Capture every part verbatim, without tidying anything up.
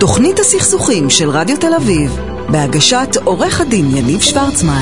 תוכנית הסכסוכים של רדיו תל אביב, בהגשת עורך הדין יניב שוורצמן.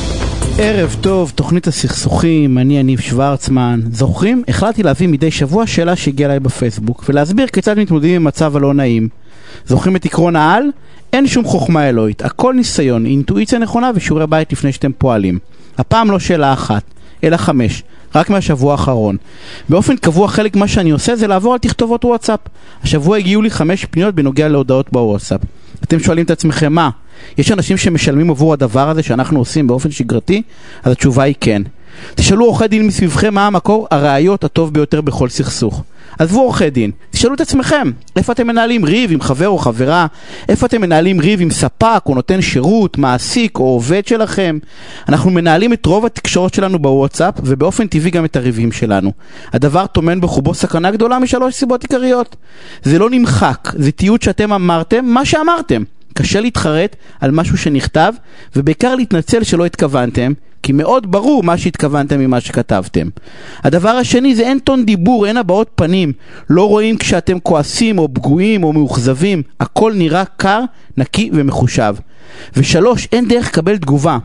ערב טוב, תוכנית הסכסוכים, אני יניב שוורצמן. זוכרים? החלטתי להביא מדי שבוע שאלה שהגיעה אליי בפייסבוק ולהסביר כיצד מתמודדים עם מצב הלא נעים. זוכרים את עקרון העל? אין שום חוכמה אלוהית, הכל ניסיון, אינטואיציה נכונה ושיעורי בית לפני שאתם פועלים. הפעם לא שאלה אחת, אלא חמש, רק מהשבוע האחרון. באופן קבוע חלק מה שאני עושה זה לעבור על תכתובות וואטסאפ. השבוע הגיעו לי חמש פניות בנוגע להודעות בוואטסאפ. אתם שואלים את עצמכם מה? יש אנשים שמשלמים עבור הדבר הזה שאנחנו עושים באופן שגרתי? אז התשובה היא כן. תשאלו עורכי דין מסביבכם מה המקור הראיות הטוב ביותר בכל סכסוך. עזבו עורכי דין, תשאלו את עצמכם, איפה אתם מנהלים ריב עם חבר או חברה? איפה אתם מנהלים ריב עם ספק או נותן שירות, מעסיק או עובד שלכם? אנחנו מנהלים את רוב התקשורת שלנו בוואטסאפ ובאופן טבעי גם את הריבים שלנו. הדבר טומן בחובו סכנה גדולה משלוש סיבות עיקריות. זה לא נמחק, זה תיעוד שאתם אמרתם מה שאמרתם. קשה להתחרט על משהו שנכתב, ובעיקר להתנצל שלא התכוונתם, כי מאוד ברור מה שהתכוונתם ממה שכתבתם. הדבר השני זה אין טון דיבור, אין הבעות פנים. לא רואים כשאתם כועסים או פגועים או מאוכזבים. הכל נראה קר, נקי ומחושב. ושלוש, אין דרך לקבל תגובה.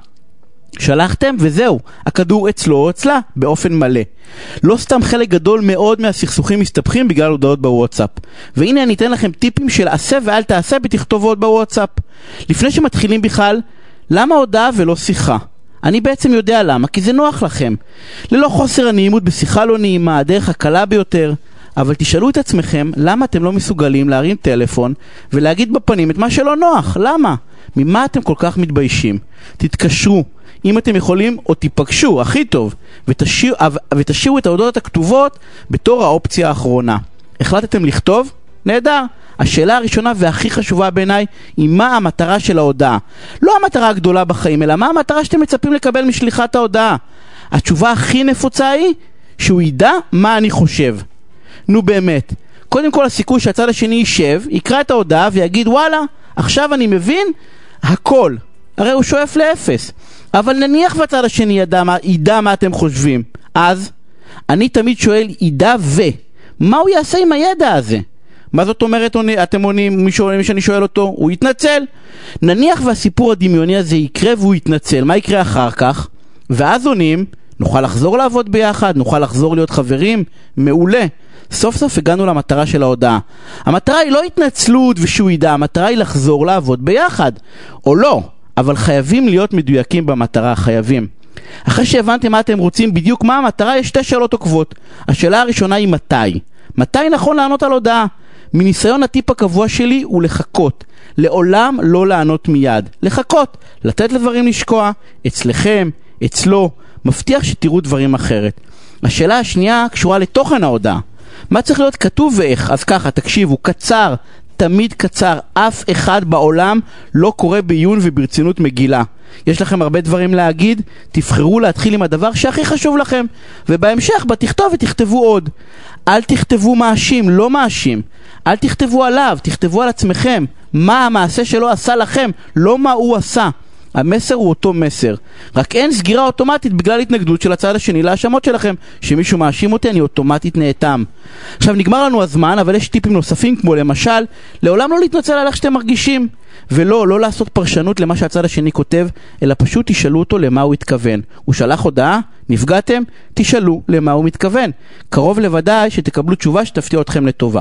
שלחתם וזהו, הכדור אצלו או אצלה באופן מלא. לא סתם חלק גדול מאוד מהסכסוכים מסתבכים בגלל הודעות בוואטסאפ. והנה אני אתן לכם טיפים של עשה ואל תעשה בתכתובות בוואטסאפ. לפני שמתחילים בכלל, למה הודעה ולא שיחה? אני בעצם יודע למה, כי זה נוח לכם. ללא חוסר הנעימות בשיחה לא נעימה, הדרך הקלה ביותר. אבל תשאלו את עצמכם, למה אתם לא מסוגלים להרים טלפון ולהגיד בפנים את מה שלא נוח? למה? ממה אתם כל כך מתביישים? תתקשרו. אם אתם יכולים, או תיפגשו, הכי טוב, ותשאירו, ותשאירו את ההודעות הכתובות בתור האופציה האחרונה. החלטתם לכתוב? נהדר. השאלה הראשונה והכי חשובה בעיניי היא מה המטרה של ההודעה. לא המטרה הגדולה בחיים, אלא מה המטרה שאתם מצפים לקבל משליחת ההודעה. התשובה הכי נפוצה היא שהוא ידע מה אני חושב. נו באמת. קודם כל הסיכוי שהצד השני יישב, יקרא את ההודעה ויגיד וואלה, עכשיו אני מבין הכל. הרי הוא שואף לאפס. אבל נניח והצד השני ידע מה, ידע מה אתם חושבים. אז אני תמיד שואל ידע ו מה הוא יעשה עם הידע הזה? מה זאת אומרת אתם עונים, מי שאני שואל אותו, הוא יתנצל. נניח והסיפור הדמיוני הזה יקרה והוא יתנצל, מה יקרה אחר כך? ואז עונים, נוכל לחזור לעבוד ביחד, נוכל לחזור להיות חברים, מעולה. סוף סוף הגענו למטרה של ההודעה. המטרה היא לא התנצלות ושהוא ידע, המטרה היא לחזור לעבוד ביחד. או לא, אבל חייבים להיות מדויקים במטרה, חייבים. אחרי שהבנתם מה אתם רוצים, בדיוק מה המטרה, יש שתי שאלות עוקבות. השאלה הראשונה היא מתי. מתי נכון לענות על הודעה? מניסיון הטיפ הקבוע שלי הוא לחכות. לעולם לא לענות מיד. לחכות. לתת לדברים לשקוע. אצלכם, אצלו. מבטיח שתראו דברים אחרת. השאלה השנייה קשורה לתוכן ההודעה. מה צריך להיות כתוב ואיך? אז ככה, תקשיבו, קצר, תמיד קצר. אף אחד בעולם לא קורא בעיון וברצינות מגילה. יש לכם הרבה דברים להגיד, תבחרו להתחיל עם הדבר שהכי חשוב לכם. ובהמשך, בתכתובת, תכתבו עוד. אל תכתבו מאשים, לא מאשים. אל תכתבו עליו, תכתבו על עצמכם. מה המעשה שלו עשה לכם, לא מה הוא עשה. המסר הוא אותו מסר. רק אין סגירה אוטומטית בגלל התנגדות של הצד השני להאשמות שלכם. שמישהו מאשים אותי, אני אוטומטית נאטם. עכשיו נגמר לנו הזמן, אבל יש טיפים נוספים כמו למשל, לעולם לא להתנצל על איך שאתם מרגישים. ולא, לא לעשות פרשנות למה שהצד השני כותב, אלא פשוט תשאלו אותו למה הוא התכוון. הוא שלח הודעה, נפגעתם, תשאלו למה הוא מתכוון. קרוב לוודאי שתקבלו תשובה שתפתיע אתכם לטובה.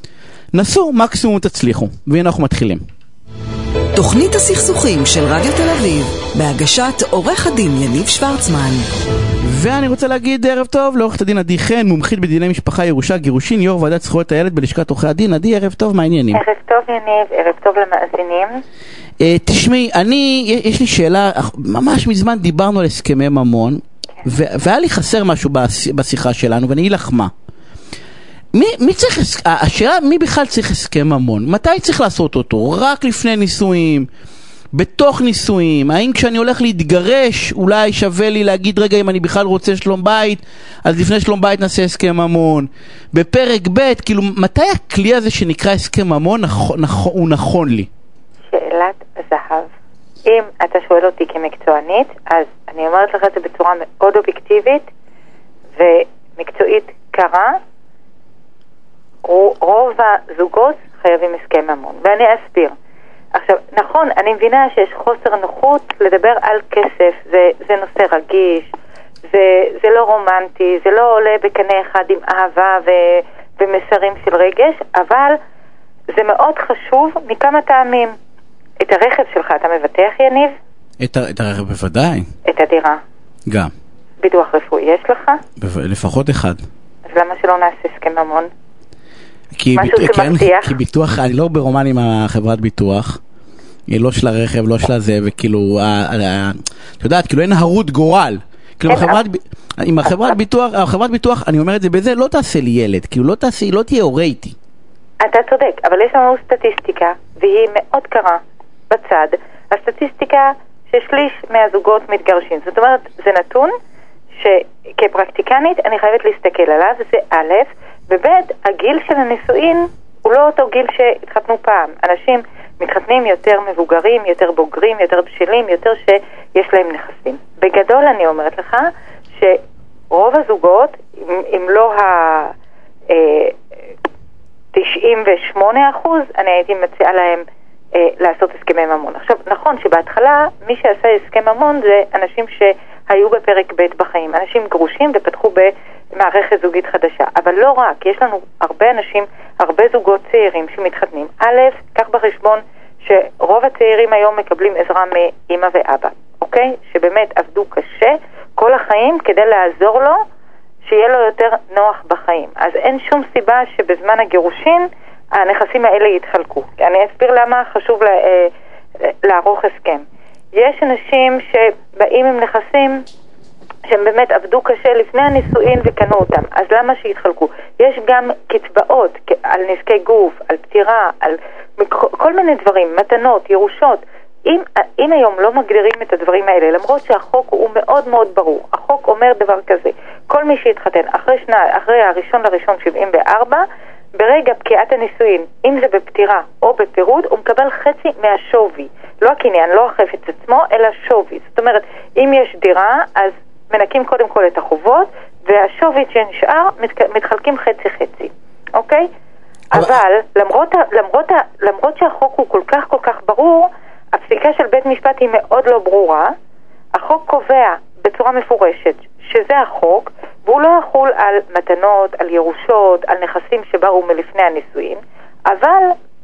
נסו, מקסימום תצליחו. והנה אנחנו מתחילים. תוכנית הסכסוכים של רדיו תל אביב, בהגשת עורך הדין יניב שוורצמן. ואני רוצה להגיד ערב טוב לעורכת הדין עדי חן, מומחית בדיני משפחה, ירושה, גירושין, יו"ר ועדת זכויות הילד בלשכת עורכי הדין. עדי, ערב טוב, מה העניינים? ערב טוב יניב, ערב טוב למאזינים. Uh, תשמעי, אני, יש לי שאלה, ממש מזמן דיברנו על הסכמי ממון, כן. והיה לי חסר משהו בשיחה שלנו, ואני אגיד לך מה. מי, מי צריך, השאלה, מי בכלל צריך הסכם ממון? מתי צריך לעשות אותו? רק לפני נישואים? בתוך נישואים? האם כשאני הולך להתגרש, אולי שווה לי להגיד רגע אם אני בכלל רוצה שלום בית, אז לפני שלום בית נעשה הסכם ממון? בפרק ב', כאילו, מתי הכלי הזה שנקרא הסכם ממון נכון, נכון, הוא נכון לי? שאלת זהב. אם אתה שואל אותי כמקצוענית, אז אני אומרת לך את זה בצורה מאוד אובייקטיבית ומקצועית קרה. רוב הזוגות חייבים הסכם ממון, ואני אסביר. עכשיו, נכון, אני מבינה שיש חוסר נוחות לדבר על כסף, זה, זה נושא רגיש, זה, זה לא רומנטי, זה לא עולה בקנה אחד עם אהבה ו, ומסרים של רגש, אבל זה מאוד חשוב מכמה טעמים. את הרכב שלך אתה מבטח, יניב? את, את הרכב בוודאי. את הדירה? גם. ביטוח רפואי יש לך? ב- לפחות אחד. אז למה שלא נעשה הסכם ממון? כי, משהו ביט... שמבטיח? כן, כי ביטוח, אני לא ברומן עם החברת ביטוח, לא של הרכב, לא של הזה, וכאילו, את יודעת, כאילו אין הרות גורל. כאילו החברת, עם החברת ביטוח, החברת ביטוח, אני אומר את זה בזה, לא תעשה לי ילד, כאילו לא תעשה, לא תהיה הורה איתי. אתה צודק, אבל יש לנו סטטיסטיקה, והיא מאוד קרה בצד. הסטטיסטיקה ששליש מהזוגות מתגרשים. זאת אומרת, זה נתון שכפרקטיקנית אני חייבת להסתכל עליו, זה א', וב', הגיל של הנישואין הוא לא אותו גיל שהתחתנו פעם. אנשים מתחתנים יותר מבוגרים, יותר בוגרים, יותר בשלים, יותר שיש להם נכסים. בגדול אני אומרת לך שרוב הזוגות, אם לא ה... תשעים ושמונה אחוז, אני הייתי מציעה להם אה, לעשות הסכמי ממון. עכשיו, נכון שבהתחלה מי שעשה הסכם ממון זה אנשים שהיו בפרק ב' בחיים, אנשים גרושים ופתחו במערכת זוגית חדשה. אבל לא רק, יש לנו הרבה אנשים, הרבה זוגות צעירים שמתחתנים. א', כך בחשבון שרוב הצעירים היום מקבלים עזרה מאמא ואבא, אוקיי? שבאמת עבדו קשה כל החיים כדי לעזור לו שיהיה לו יותר נוח בחיים. אז אין שום סיבה שבזמן הגירושין הנכסים האלה יתחלקו. אני אסביר למה חשוב לה, לערוך הסכם. יש אנשים שבאים עם נכסים שהם באמת עבדו קשה לפני הנישואין וקנו אותם. אז למה שיתחלקו? יש גם קצבאות על נזקי גוף, על פטירה, על כל מיני דברים, מתנות, ירושות. אם, אם היום לא מגדירים את הדברים האלה, למרות שהחוק הוא מאוד מאוד ברור, החוק אומר דבר כזה, כל מי שיתחתן אחרי שנה, אחרי הראשון לראשון שבעים וארבע, ברגע פקיעת הנישואין, אם זה בפטירה או בפירוד, הוא מקבל חצי מהשווי. לא הקניין, לא החפץ עצמו, אלא שווי. זאת אומרת, אם יש דירה, אז מנקים קודם כל את החובות, והשווי שנשאר מתחלקים חצי חצי. אוקיי? אבל למרות, למרות, למרות שהחוק הוא כל כך כל כך ברור, הפסיקה של בית משפט היא מאוד לא ברורה. החוק קובע בצורה מפורשת שזה החוק, והוא לא יחול על מתנות, על ירושות, על נכסים שבאו מלפני הנישואין. אבל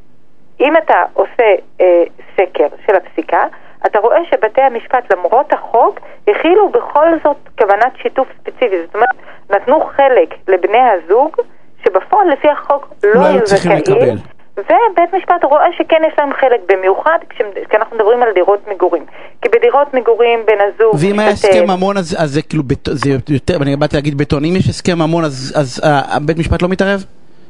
אם אתה עושה אה, סקר של הפסיקה, אתה רואה שבתי המשפט למרות החוק הכילו בכל זאת כוונת שיתוף ספציפי. זאת אומרת, נתנו חלק לבני הזוג שבפועל לפי החוק לא היו זכאים, ובית משפט רואה שכן יש להם חלק, במיוחד כשאנחנו מדברים על דירות מגורים. כי בדירות מגורים בין הזוג... ואם היה הסכם ממון, אז זה כאילו, זה יותר, אני באתי להגיד בטון, אם יש הסכם ממון, אז בית משפט לא מתערב?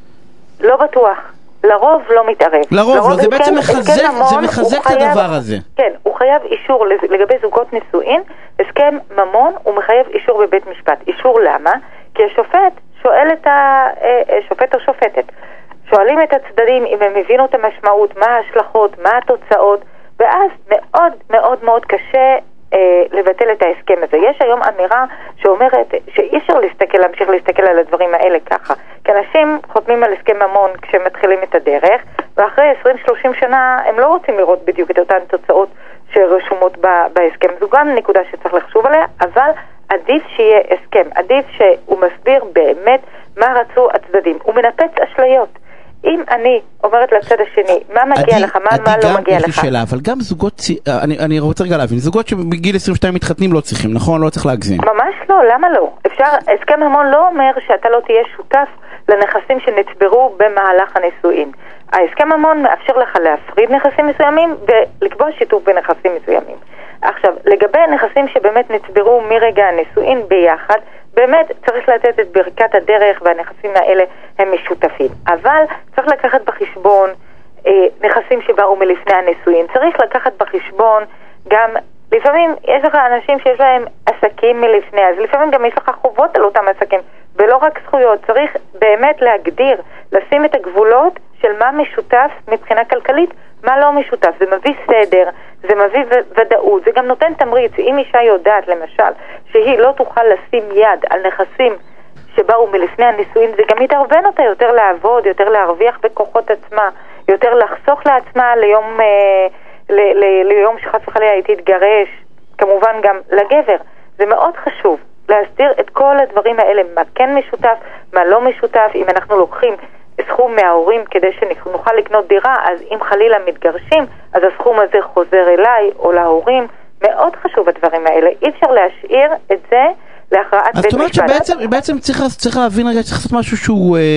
לא בטוח. לרוב לא מתערב. לרוב לא, זה בעצם מחזק, זה מחזק את הדבר הזה. כן, הוא חייב אישור לגבי זוגות נישואין, הסכם ממון הוא מחייב אישור בבית משפט. אישור למה? כי השופט שואל את השופט או שופטת, שואלים את הצדדים אם הם הבינו את המשמעות, מה ההשלכות, מה התוצאות, ואז מאוד מאוד מאוד קשה אה, לבטל את ההסכם הזה. יש היום אמירה שאומרת שאי אפשר להסתכל, להמשיך להסתכל על הדברים האלה ככה. כי אנשים חותמים על הסכם ממון כשהם מתחילים את הדרך, ואחרי עשרים שלושים שנה הם לא רוצים לראות בדיוק את אותן תוצאות שרשומות בהסכם. זו גם נקודה שצריך לחשוב עליה, אבל עדיף שיהיה הסכם, עדיף שהוא מסביר באמת מה רצו הצדדים. הוא מנפץ אשליות. אם אני אומרת לצד השני, מה מגיע לך, מה, מה לא מגיע לך? שאלה, אבל גם זוגות, אני, אני רוצה רגע להבין, זוגות שבגיל עשרים ושתיים מתחתנים לא צריכים, נכון? לא צריך להגזים. ממש לא, למה לא? אפשר, הסכם ממון לא אומר שאתה לא תהיה שותף לנכסים שנצברו במהלך הנישואין. ההסכם ממון מאפשר לך להפריד נכסים מסוימים ולקבוע שיתוף בנכסים מסוימים. עכשיו, לגבי נכסים שבאמת נצברו מרגע הנישואין ביחד, באמת צריך לתת את ברכת הדרך, והנכסים האלה הם משותפים. אבל צריך לקחת בחשבון אה, נכסים שבאו מלפני הנישואין. צריך לקחת בחשבון גם, לפעמים יש לך אנשים שיש להם עסקים מלפני, אז לפעמים גם יש לך חובות על אותם עסקים, ולא רק זכויות. צריך באמת להגדיר, לשים את הגבולות של מה משותף מבחינה כלכלית, מה לא משותף. זה מביא סדר, זה מביא ודאות, זה גם נותן תמריץ. אם אישה יודעת למשל שהיא לא תוכל לשים יד על נכסים שבאו שבאו מלפני הנישואים, זה גם ידרבן אותה יותר לעבוד, יותר להרוויח בכוחות עצמה, יותר לחסוך לעצמה ליום, אה, ל- ל- ליום שחס וחלילה היא תתגרש, כמובן גם לגבר. זה מאוד חשוב להסדיר את כל הדברים האלה, מה כן משותף, מה לא משותף. אם אנחנו לוקחים סכום מההורים כדי שנוכל לקנות דירה, אז אם חלילה מתגרשים, אז הסכום הזה חוזר אליי או להורים. מאוד חשוב הדברים האלה. אי אפשר להשאיר את זה להכרעת בית משפט. אז זאת אומרת שבעצם בעצם צריך, צריך להבין רגע, צריך לעשות משהו שהוא, אה,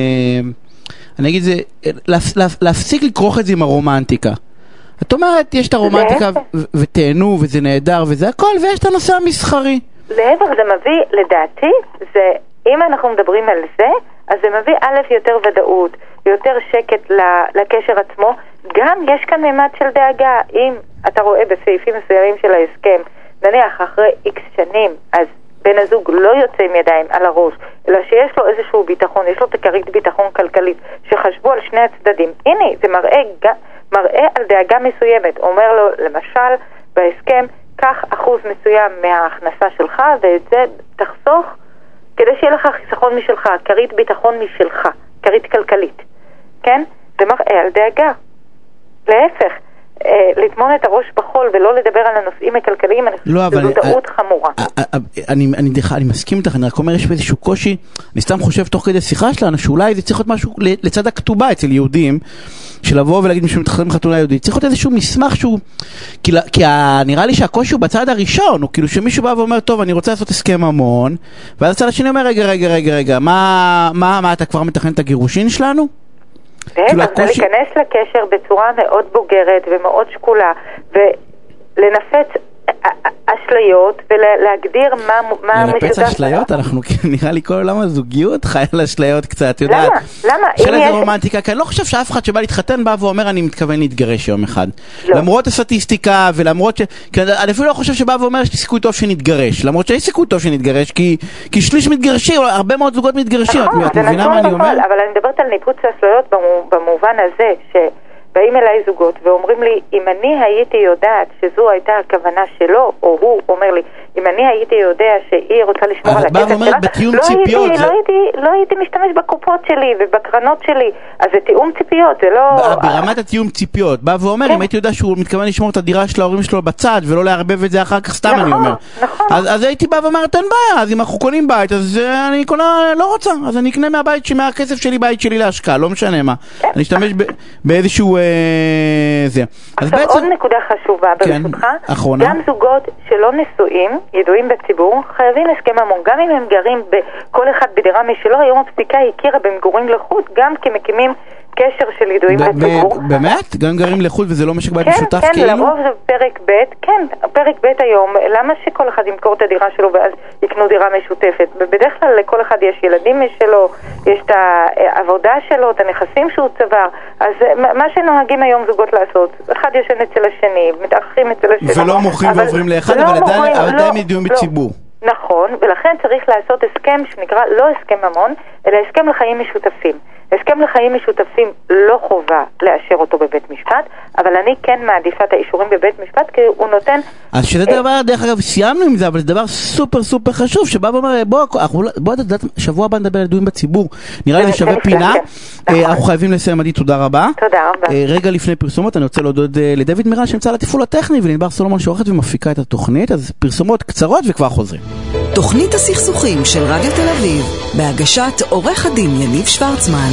אני אגיד זה, להפ, להפסיק לקרוח את זה עם הרומנטיקה. את אומרת, יש את הרומנטיקה ו- ותהנו וזה נהדר וזה הכל, ויש את הנושא המסחרי. להפך, זה מביא, לדעתי, זה, אם אנחנו מדברים על זה, אז זה מביא א' יותר ודאות, יותר שקט לקשר עצמו. גם יש כאן ממד של דאגה. אם אתה רואה בסעיפים מסוימים של ההסכם, נניח אחרי איקס שנים, אז בן הזוג לא יוצא עם ידיים על הראש, אלא שיש לו איזשהו ביטחון, יש לו תקרית ביטחון כלכלית, שחשבו על שני הצדדים. הנה, זה מראה, מראה על דאגה מסוימת. אומר לו, למשל, בהסכם, קח אחוז מסוים מההכנסה שלך, ואת זה תחסוך, כדי שיהיה לך חיסכון משלך, כרית ביטחון משלך, כרית כלכלית. כן? זה מראה על דאגה. להפך, אה, לטמון את הראש בחול ולא לדבר על הנושאים הכלכליים, לא, זו אבל, טעות אה, חמורה. אה, אה, אני, אני, אני, אני מסכים איתך, אני רק אומר, יש באיזשהו קושי, אני סתם חושב תוך כדי שיחה שלנו, שאולי זה צריך להיות משהו לצד הכתובה אצל יהודים, של לבוא ולהגיד מישהו מתחתן חתונה יהודית, צריך להיות איזשהו מסמך שהוא, כי, כי נראה לי שהקושי הוא בצד הראשון, הוא כאילו שמישהו בא ואומר, טוב, אני רוצה לעשות הסכם ממון, ואז הצד השני אומר, רגע, רגע, רגע, רגע, מה, מה, מה, אתה כבר מתכנן את הגירושין שלנו? כן, אז להיכנס לקשר בצורה מאוד בוגרת ומאוד שקולה, ולנפץ אשליות ולהגדיר מה המשותף. לנפץ אשליות? אנחנו נראה לי כל עולם הזוגיות חי על אשליות קצת, יודעת? למה? למה? של איזה רומנטיקה, כי אני לא חושב שאף אחד שבא להתחתן בא ואומר אני מתכוון להתגרש יום אחד. למרות הסטטיסטיקה ולמרות ש... אני אפילו לא חושב שבא ואומר יש לי סיכוי טוב שנתגרש, למרות שיש סיכוי טוב שנתגרש, כי שליש מתגרשים, הרבה מאוד זוגות מתגרשים. את מבינה מה אני אומר? אבל אני מדברת על ניפוץ אשליות במובן הזה ש... באים אליי זוגות ואומרים לי, אם אני הייתי יודעת שזו הייתה הכוונה שלו, או הוא אומר לי, אם אני הייתי יודע שהיא רוצה לשמור על הכסף שלה, לא הייתי, לא, הייתי, לא הייתי משתמש בקופות שלי ובקרנות שלי. אז זה תיאום ציפיות, זה לא... ברמת התיאום ציפיות, בא ואומר, אם הייתי יודע שהוא מתכוון לשמור את הדירה של ההורים שלו בצד, ולא להרבב את זה אחר כך, סתם אני אומר. אז הייתי בא ואומר, תן בעיה, אז אם אנחנו קונים בית, אז אני קונה, לא רוצה, אז אני אקנה מהבית, מהכסף שלי, בית שלי להשקעה, לא משנה מה. אני אשתמש באיזשהו זה. עכשיו עוד נקודה חשובה ברשותך, גם זוגות שלא נשואים, ידועים בציבור, חייבים הסכם ממון, גם אם הם גרים בכל אחד בדירה משלו. היום הפסיקה הכירה במגורים לחוד גם כמקימים קשר של ידועים בציבור. באמת? גם גרים לחוד וזה לא משק בית משותף כאילו? כן, לרוב זה פרק ב', כן, פרק ב' היום, למה שכל אחד ימכור את הדירה שלו ואז יקנו דירה משותפת? בדרך כלל לכל אחד יש ילדים משלו, יש את העבודה שלו, את הנכסים שהוא צבר, אז מה שנוהגים היום זוגות לעשות, אחד ישן אצל השני, מתארחים אצל השני. ולא מוכרים ועוברים לאחד, אבל עדיין ידועים בציבור. נכון, ולכן צריך לעשות הסכם שנקרא לא הסכם ממון, אלא הסכם לחיים משותפים. הסכם לחיים משותפים לא חובה לאשר אותו בבית משפט, אבל אני כן מעדיפה את האישורים בבית משפט, כי הוא נותן... אז שזה דבר, דרך אגב, סיימנו עם זה, אבל זה דבר סופר סופר חשוב, שבא ואומר, בוא, בוא, שבוע הבא נדבר על ידועים בציבור. נראה לי זה שווה פינה. אנחנו חייבים לסיים, עדי, תודה רבה. תודה רבה. רגע לפני פרסומות, אני רוצה להודות לדוד מירן, שנמצא לתפעול הטכני, ולנבר סולומון שעורכת ומפיקה את התוכנית, אז פרסומות קצרות וכבר חוזרים. תוכנית הסכסוכים של רדיו תל אביב, בהגשת עורך הדין יניב שוורצמן.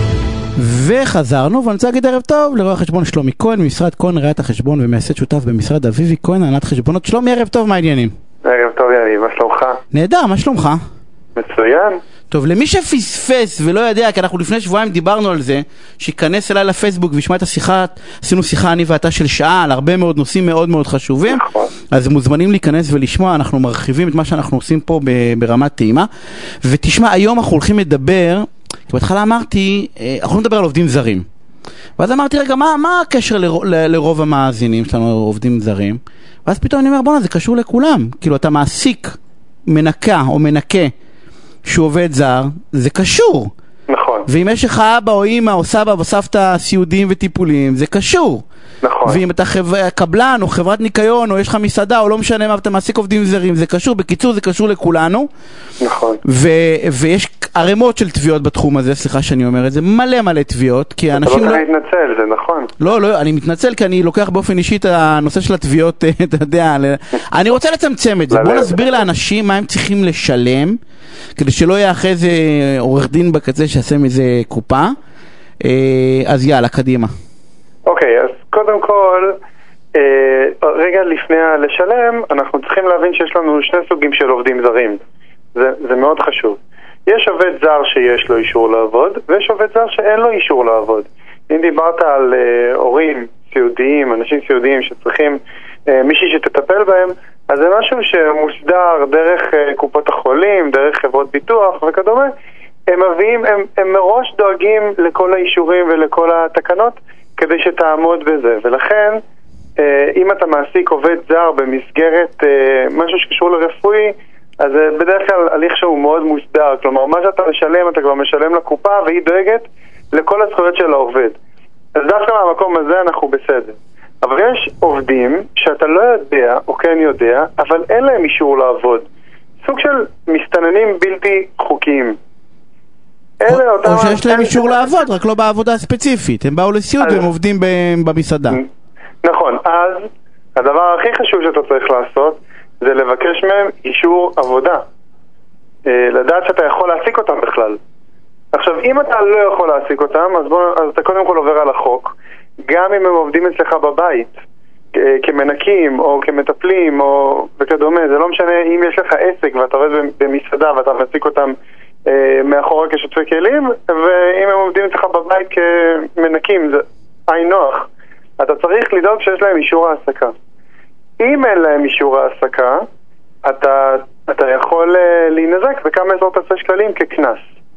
וחזרנו, ואני רוצה להגיד ערב טוב לרואה החשבון שלומי כהן, ממשרד כהן ראיית החשבון ומייסד שותף במשרד אביבי כהן, הנהלת חשבונות. שלומי, ערב טוב, מה העניינים? ערב טוב יניב, מה שלומך? נהדר, מה שלומך? מצוין. טוב, למי שפספס ולא יודע, כי אנחנו לפני שבועיים דיברנו על זה, שיכנס אליי לפייסבוק וישמע את השיחה, עשינו שיחה אני ואתה של שעה על הרבה מאוד נושאים מאוד מאוד חשובים, נכון. אז מוזמנים להיכנס ולשמוע, אנחנו מרחיבים את מה שאנחנו עושים פה ברמת טעימה, ותשמע, היום אנחנו הולכים לדבר, כי בהתחלה אמרתי, אנחנו נדבר על עובדים זרים, ואז אמרתי, רגע, מה, מה הקשר לרוב, לרוב המאזינים שלנו עובדים זרים? ואז פתאום אני אומר, בוא, זה קשור לכולם, כאילו אתה מעסיק מנקה או מנקה שהוא עובד זר, זה קשור. נכון. ואם יש לך אבא או אמא או סבא או סבתא סיעודיים וטיפולים, זה קשור. נכון. ואם אתה חב... קבלן או חברת ניקיון, או יש לך מסעדה, או לא משנה מה, אתה מעסיק עובדים זרים, זה קשור, בקיצור זה קשור לכולנו. נכון. ו... ויש ערימות של תביעות בתחום הזה, סליחה שאני אומר את זה, מלא מלא תביעות, כי אנשים אתה לא לא... צריך להתנצל, זה נכון. לא, לא, אני מתנצל כי אני לוקח באופן אישי את הנושא של התביעות, אתה יודע, אני רוצה לצמצם את זה. בוא נסביר לאנשים מה הם צריכים לשלם, כדי שלא יהיה אחרי זה עורך דין בקצה שעשה מזה קופה. אז יאללה, קדימה. אוקיי, אז קודם כל, רגע לפני לשלם, אנחנו צריכים להבין שיש לנו שני סוגים של עובדים זרים. זה, זה מאוד חשוב. יש עובד זר שיש לו אישור לעבוד, ויש עובד זר שאין לו אישור לעבוד. אם דיברת על uh, הורים סיעודיים, אנשים סיעודיים שצריכים uh, מישהי שתטפל בהם, אז זה משהו שמוסדר דרך uh, קופות החולים, דרך חברות ביטוח וכדומה. הם מביאים, הם, הם מראש דואגים לכל האישורים ולכל התקנות כדי שתעמוד בזה. ולכן, uh, אם אתה מעסיק עובד זר במסגרת uh, משהו שקשור לרפואי, אז זה בדרך כלל הליך שהוא מאוד מוסדר. כלומר, מה שאתה משלם, אתה כבר משלם לקופה, והיא דואגת לכל הזכויות של העובד. אז דווקא מהמקום הזה אנחנו בסדר. אבל יש עובדים שאתה לא יודע, או כן יודע, אבל אין להם אישור לעבוד. סוג של מסתננים בלתי חוקיים. או, או שיש להם אישור לעבוד, רק לא בעבודה ספציפית. הם באו לסיוד והם עובדים במסעדה. נכון, אז הדבר הכי חשוב שאתה צריך לעשות, זה לבקש מהם אישור עבודה. לדעת שאתה יכול להעסיק אותם בכלל. עכשיו, אם אתה לא יכול להעסיק אותם, אז, בוא, אז אתה קודם כל עובר על החוק. גם אם הם עובדים אצלך בבית, כמנקים או כמטפלים או וכדומה, זה לא משנה אם יש לך עסק ואתה עובד במסעדה ואתה מעסיק אותם אה, מאחורה כשטפי כלים, ואם הם עובדים אצלך בבית כמנקים, זה אי נוח. אתה צריך לדאוג שיש להם אישור העסקה. אם אין להם אישור העסקה, אתה, אתה יכול אה, להינזק בכמה עשרות אלפי שקלים כקנס.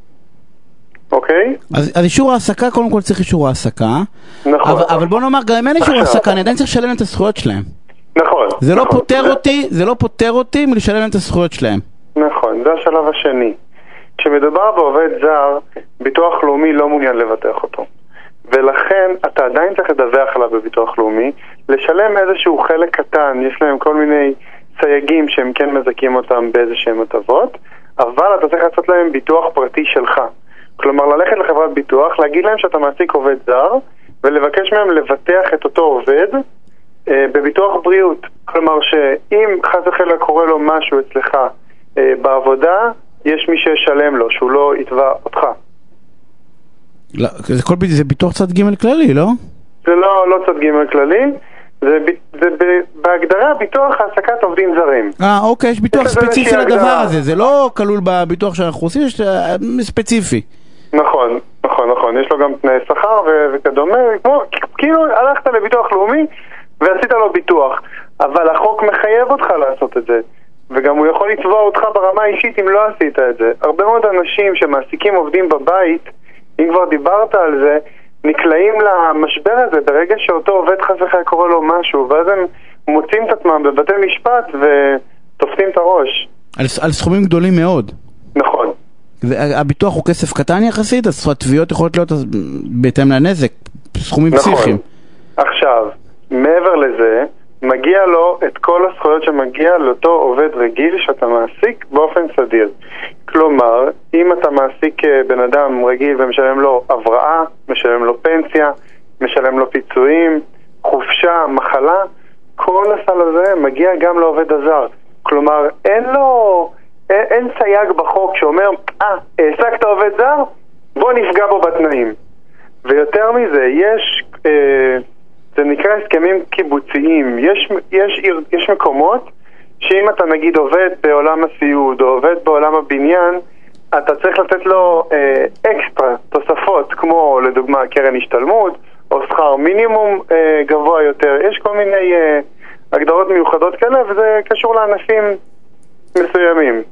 אוקיי? אז, אז אישור העסקה, קודם כל צריך אישור העסקה. נכון. אבל, אבל בוא נאמר, גם אם אין אישור העסקה, אני עדיין צריך לשלם את הזכויות שלהם. נכון. זה נכון. לא פותר אותי, זה לא פותר אותי מלשלם את הזכויות שלהם. נכון, זה השלב השני. כשמדובר בעובד זר, ביטוח לאומי לא מעוניין לבטח אותו. ולכן אתה עדיין צריך לדווח עליו בביטוח לאומי, לשלם איזשהו חלק קטן, יש להם כל מיני סייגים שהם כן מזכים אותם באיזשהם הטבות, אבל אתה צריך לעשות להם ביטוח פרטי שלך. כלומר, ללכת לחברת ביטוח, להגיד להם שאתה מעסיק עובד זר, ולבקש מהם לבטח את אותו עובד אה, בביטוח בריאות. כלומר, שאם חס וחלילה קורה לו משהו אצלך אה, בעבודה, יש מי שישלם לו, שהוא לא יתבע אותך. לא, זה, כל, זה ביטוח צד ג' כללי, לא? זה לא, לא צד ג' כללי, זה, זה בהגדרה ביטוח העסקת עובדים זרים. אה, אוקיי, יש ביטוח ספציפי לדבר הזה, זה לא כלול בביטוח שאנחנו עושים, יש ספציפי. נכון, נכון, נכון, יש לו גם תנאי שכר וכדומה, כמו, כאילו הלכת לביטוח לאומי ועשית לו ביטוח, אבל החוק מחייב אותך לעשות את זה, וגם הוא יכול לתבוע אותך ברמה האישית אם לא עשית את זה. הרבה מאוד אנשים שמעסיקים עובדים בבית, אם כבר דיברת על זה, נקלעים למשבר הזה ברגע שאותו עובד חס וחלילה קורא לו משהו, ואז הם מוצאים את עצמם בבתי משפט ותופסים את הראש. על, על סכומים גדולים מאוד. נכון. הביטוח הוא כסף קטן יחסית, אז התביעות יכולות להיות בהתאם לנזק, סכומים נכון. פסיכיים. עכשיו, מעבר לזה, מגיע לו את כל הזכויות שמגיע לאותו עובד רגיל שאתה מעסיק באופן סדיר. כלומר, אם אתה מעסיק בן אדם רגיל ומשלם לו הבראה, משלם לו פנסיה, משלם לו פיצויים, חופשה, מחלה, כל הסל הזה מגיע גם לעובד הזר. כלומר, אין לו, אין, אין סייג בחוק שאומר, אה, העסקת עובד זר? בוא נפגע בו בתנאים. ויותר מזה, יש, אה, זה נקרא הסכמים קיבוציים. יש, יש, יש מקומות שאם אתה נגיד עובד בעולם הסיעוד או עובד בעולם הבניין, אתה צריך לתת לו אה, אקסטרה, תוספות, כמו לדוגמה קרן השתלמות או שכר מינימום אה, גבוה יותר. יש כל מיני אה, הגדרות מיוחדות כאלה, וזה קשור לענפים מסוימים.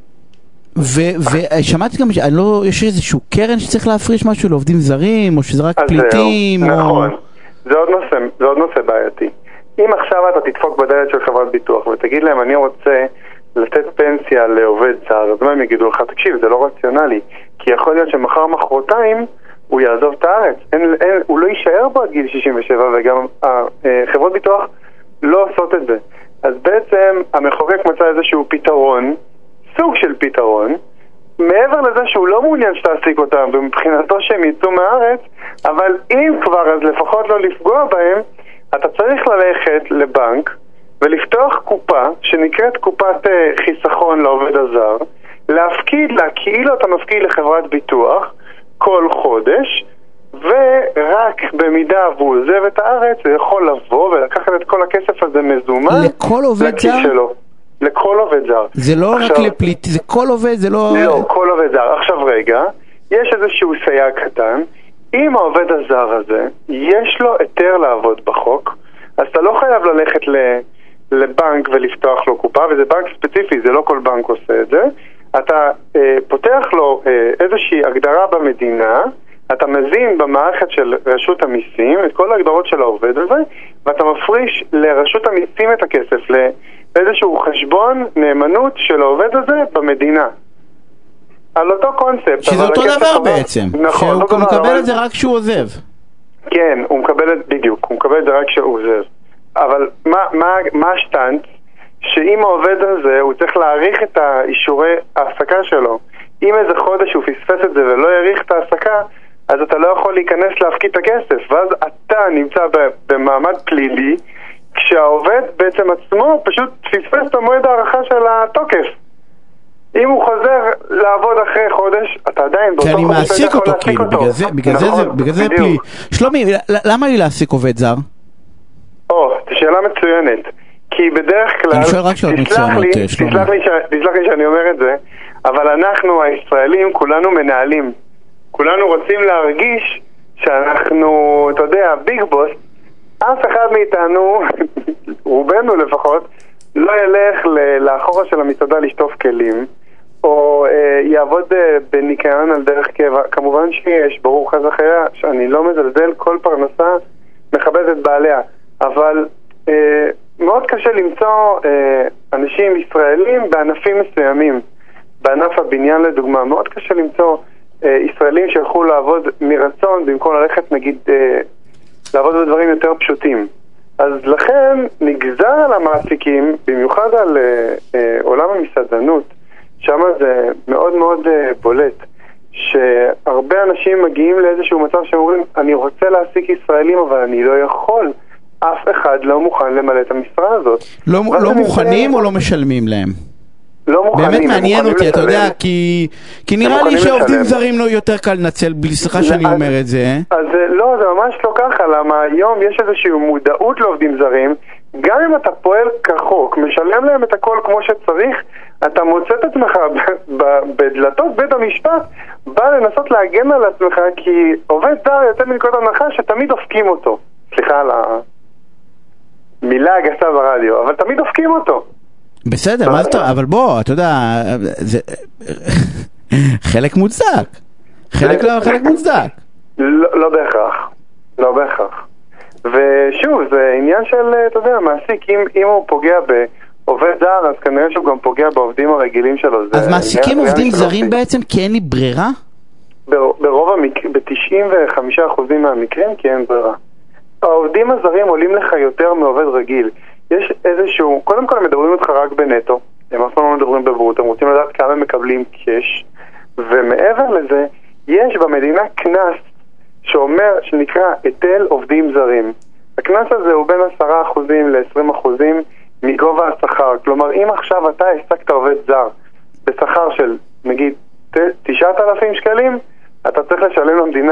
ושמעתי גם, לא, יש איזשהו קרן שצריך להפריש משהו לעובדים זרים, או שזה רק פליטים, או... נכון, זה עוד נושא, זה עוד נושא בעייתי. אם עכשיו אתה תדפוק בדלת של חברת ביטוח ותגיד להם, אני רוצה לתת פנסיה לעובד זר, אז מה הם יגידו לך? תקשיב, זה לא רציונלי, כי יכול להיות שמחר מחרתיים הוא יעזוב את הארץ. אין, אין, הוא לא יישאר בו עד גיל שישים ושבע, וגם חברות ביטוח לא עושות את זה. אז בעצם המחוקק מצא איזשהו פתרון, סוג של פתרון, מעבר לזה שהוא לא מעוניין שתעסיק אותם, ומבחינתו שהם יצאו מהארץ, אבל אם כבר, אז לפחות לא לפגוע בהם, אתה צריך ללכת לבנק, ולפתוח קופה, שנקראת קופת חיסכון לעובד הזר, להפקיד לה, כאילו אתה מפקיד לחברת ביטוח, כל חודש, ורק במידה והוא עוזב את הארץ, הוא יכול לבוא ולקחת את כל הכסף הזה מזומן לכל עובד זר? שלו. לכל עובד זר. זה לא עכשיו, רק לפליט, זה כל עובד, זה לא... לא, כל עובד זר. עכשיו רגע, יש איזשהו סייג קטן, אם העובד הזר הזה, יש לו היתר לעבוד בחוק, אז אתה לא חייב ללכת ל... לבנק ולפתוח לו קופה, וזה בנק ספציפי, זה לא כל בנק עושה את זה. אתה אה, פותח לו אה, איזושהי הגדרה במדינה, אתה מזין במערכת של רשות המיסים את כל ההגדרות של העובד הזה, ואתה מפריש לרשות המיסים את הכסף לאיזשהו חשבון נאמנות של העובד הזה במדינה. על אותו קונספט. שזה אותו דבר חבר... בעצם, נכון, שהוא מקבל אבל... את זה רק כשהוא עוזב. כן, הוא מקבל את בדיוק, הוא מקבל את זה רק כשהוא עוזב. אבל מה, מה, מה השטנץ? שאם העובד הזה הוא צריך להאריך את האישורי ההעסקה שלו, אם איזה חודש הוא פספס את זה ולא יאריך את ההעסקה, אז אתה לא יכול להיכנס להפקיד את הכסף, ואז אתה נמצא במעמד פלילי, כשהעובד בעצם עצמו פשוט פספס את המועד הערכה של התוקף. אם הוא חוזר לעבוד אחרי חודש, אתה עדיין באותו חודש... כי אני מעסיק אותו, כאילו, בגלל זה פלילי. שלומי, למה לי להעסיק עובד זר? או, זו שאלה מצוינת. כי בדרך כלל... אני שואל רק שאלות מצוינות, שלומי. תסלח לי שאני אומר את זה, אבל אנחנו, הישראלים, כולנו מנהלים. כולנו רוצים להרגיש שאנחנו, אתה יודע, ביג בוס. אף אחד מאיתנו, רובנו לפחות, לא ילך לאחורה של המסעדה לשטוף כלים, או אה, יעבוד אה, בניקיון על דרך קבע. כמובן שיש, ברור חס וחלילה, שאני לא מזלזל, כל פרנסה מכבד את בעליה. אבל אה, מאוד קשה למצוא אה, אנשים ישראלים בענפים מסוימים. בענף הבניין לדוגמה, מאוד קשה למצוא אה, ישראלים שיכולו לעבוד מרצון, במקום ללכת נגיד אה, לעבוד בדברים יותר פשוטים. אז לכן נגזר על המעסיקים, במיוחד על אה, אה, עולם המסעדנות, שם זה מאוד מאוד אה, בולט, שהרבה אנשים מגיעים לאיזשהו מצב שאומרים, אני רוצה להעסיק ישראלים, אבל אני לא יכול. אף אחד לא מוכן למלא את המשרה הזאת. לא, לא מוכנים או לא משלמים להם? לא מוכנים. באמת מעניין אותי, אתה יודע, כי, כי נראה לי שעובדים זרים לא יותר קל לנצל, סליחה שאני אז, אומר את זה. אז לא, זה ממש לא ככה, למה היום יש איזושהי מודעות לעובדים זרים, גם אם אתה פועל כחוק, משלם להם את הכל כמו שצריך, אתה מוצא את עצמך בדלתות בית המשפט, בא לנסות להגן על עצמך, כי עובד זר יוצא מנקודת הנחה שתמיד דופקים אותו. סליחה על המילה הגסה ברדיו, אבל תמיד דופקים אותו. בסדר, מה זה טוב, אבל בוא, אתה יודע, זה חלק מוצדק. חלק לא, חלק מוצדק. לא בהכרח. לא בהכרח. ושוב, זה עניין של, אתה יודע, מעסיק, אם הוא פוגע בעובד זר, אז כנראה שהוא גם פוגע בעובדים הרגילים שלו. אז מעסיקים עובדים זרים בעצם כי אין לי ברירה? ברוב המקרים, ב-תשעים וחמישה אחוז מהמקרים, כי אין ברירה. העובדים הזרים עולים לך יותר מעובד רגיל. יש איזשהו, קודם כל הם מדברים אותך רק בנטו, הם אף פעם לא מדברים בברוט, הם רוצים לדעת כמה הם מקבלים קש, ומעבר לזה, יש במדינה כנס שאומר, שנקרא היטל עובדים זרים. הכנס הזה הוא בין עשרה אחוזים ל-עשרים אחוזים מגובה השכר. כלומר, אם עכשיו אתה העסקת עובד זר בשכר של, נגיד, תשעת אלפים שקלים, אתה צריך לשלם למדינה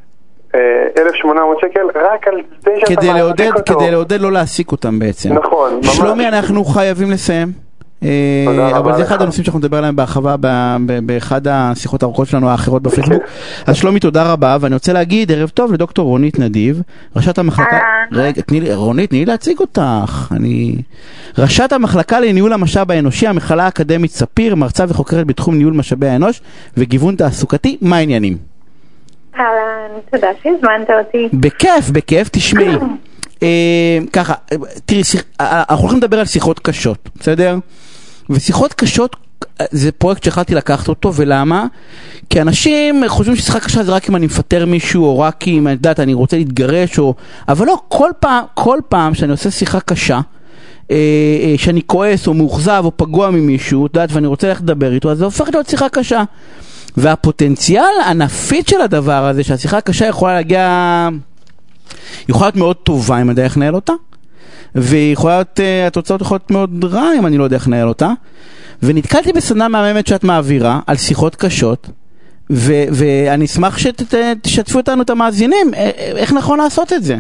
אלף שמונה מאות שקל רק על זה שאתה מעסיק אותו. כדי לעודד לא להעסיק אותם בעצם. נכון. שלומי, אנחנו חייבים לסיים. אבל זה אחד הנושאים שאנחנו נדבר עליהם בהרחבה באחד השיחות הארוכות שלנו האחרות בפייסבוק. אז שלומי, תודה רבה, ואני רוצה להגיד ערב טוב לדוקטור רונית נדיב, ראשת המחלקה... רגע, רונית, תני לי להציג אותך. אני... ראשת המחלקה לניהול המשאב האנושי, המכללה האקדמית ספיר, מרצה וחוקרת בתחום ניהול משאבי האנוש וגיוון תעסוקתי. מה העניינים? אהלן, תודה שהזמנת אותי. בכיף, בכיף, תשמעי. ככה, תראי, אנחנו הולכים לדבר על שיחות קשות, בסדר? ושיחות קשות זה פרויקט שהחלטתי לקחת אותו, ולמה? כי אנשים חושבים ששיחה קשה זה רק אם אני מפטר מישהו, או רק אם אני יודעת, אני רוצה להתגרש, או... אבל לא, כל פעם, כל פעם שאני עושה שיחה קשה, שאני כועס או מאוכזב או פגוע ממישהו, יודעת, ואני רוצה ללכת לדבר איתו, אז זה הופך להיות שיחה קשה. והפוטנציאל הנפיץ של הדבר הזה, שהשיחה הקשה יכולה להגיע, יכולה להיות מאוד טובה אם אני יודע איך נהל אותה, ויכולה להיות, התוצאות יכולות מאוד רע אם אני לא יודע איך נהל אותה. ונתקלתי בסדנה מהממת שאת מעבירה על שיחות קשות, ו- ואני אשמח שתשתפו אותנו את המאזינים, איך נכון לעשות את זה?